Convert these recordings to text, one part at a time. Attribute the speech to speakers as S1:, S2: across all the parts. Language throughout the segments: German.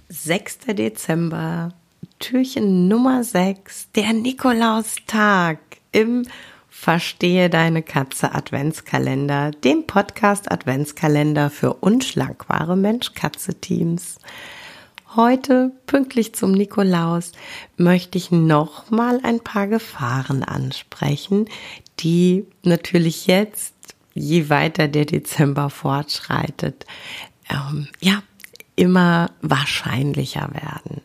S1: 6. Dezember, Türchen Nummer 6, der Nikolaustag im Verstehe deine Katze Adventskalender, dem Podcast Adventskalender für unschlagbare Mensch-Katze-Teams. Heute, pünktlich zum Nikolaus, möchte ich nochmal ein paar Gefahren ansprechen, die natürlich jetzt, je weiter der Dezember fortschreitet, immer wahrscheinlicher werden.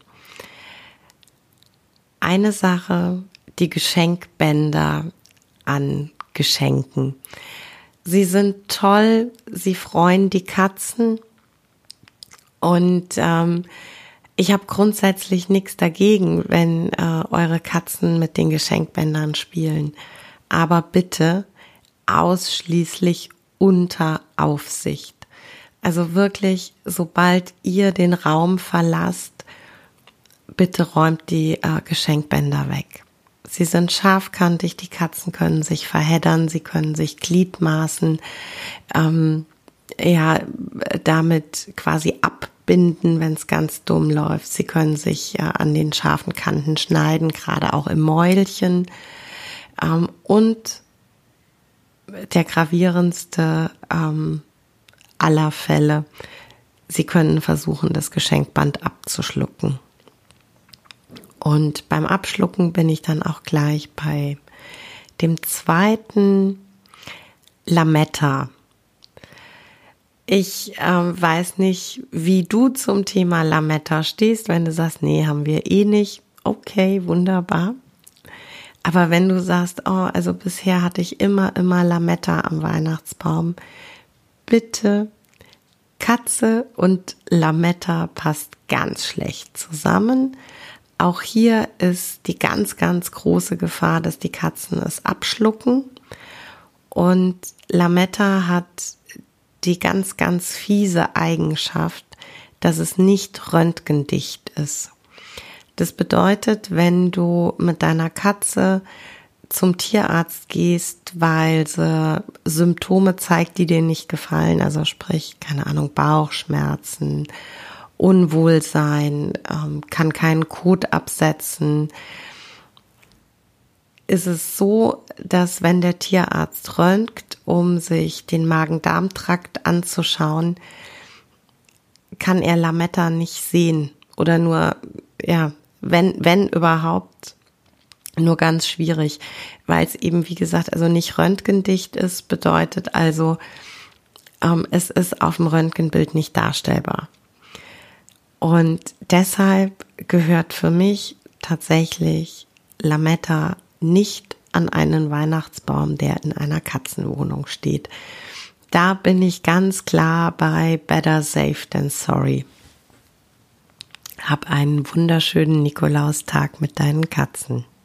S1: Eine Sache, die Geschenkbänder an Geschenken. Sie sind toll, sie freuen die Katzen und ich habe grundsätzlich nichts dagegen, wenn eure Katzen mit den Geschenkbändern spielen. Aber bitte ausschließlich unter Aufsicht. Also wirklich, sobald ihr den Raum verlasst, bitte räumt die Geschenkbänder weg. Sie sind scharfkantig, die Katzen können sich verheddern, sie können sich Gliedmaßen damit quasi abbinden, wenn es ganz dumm läuft. Sie können sich an den scharfen Kanten schneiden, gerade auch im Mäulchen. Und der gravierendste aller Fälle, sie können versuchen, das Geschenkband abzuschlucken. Und beim Abschlucken bin ich dann auch gleich bei dem zweiten, Lametta. Ich weiß nicht, wie du zum Thema Lametta stehst. Wenn du sagst, nee, haben wir eh nicht, okay, wunderbar. Aber wenn du sagst, also bisher hatte ich immer Lametta am Weihnachtsbaum, bitte, Katze und Lametta passt ganz schlecht zusammen. Auch hier ist die ganz, ganz große Gefahr, dass die Katzen es abschlucken. Und Lametta hat die ganz, ganz fiese Eigenschaft, dass es nicht röntgendicht ist. Das bedeutet, wenn du mit deiner Katze zum Tierarzt gehst, weil sie Symptome zeigt, die dir nicht gefallen, also sprich, keine Ahnung, Bauchschmerzen, Unwohlsein, kann keinen Kot absetzen, ist es so, dass wenn der Tierarzt röntgt, um sich den Magen-Darm-Trakt anzuschauen, kann er Lametta nicht sehen oder nur, wenn überhaupt, nur ganz schwierig, weil es eben, wie gesagt, also nicht röntgendicht ist, bedeutet also, es ist auf dem Röntgenbild nicht darstellbar. Und deshalb gehört für mich tatsächlich Lametta nicht an einen Weihnachtsbaum, der in einer Katzenwohnung steht. Da bin ich ganz klar bei Better Safe than Sorry. Hab einen wunderschönen Nikolaustag mit deinen Katzen.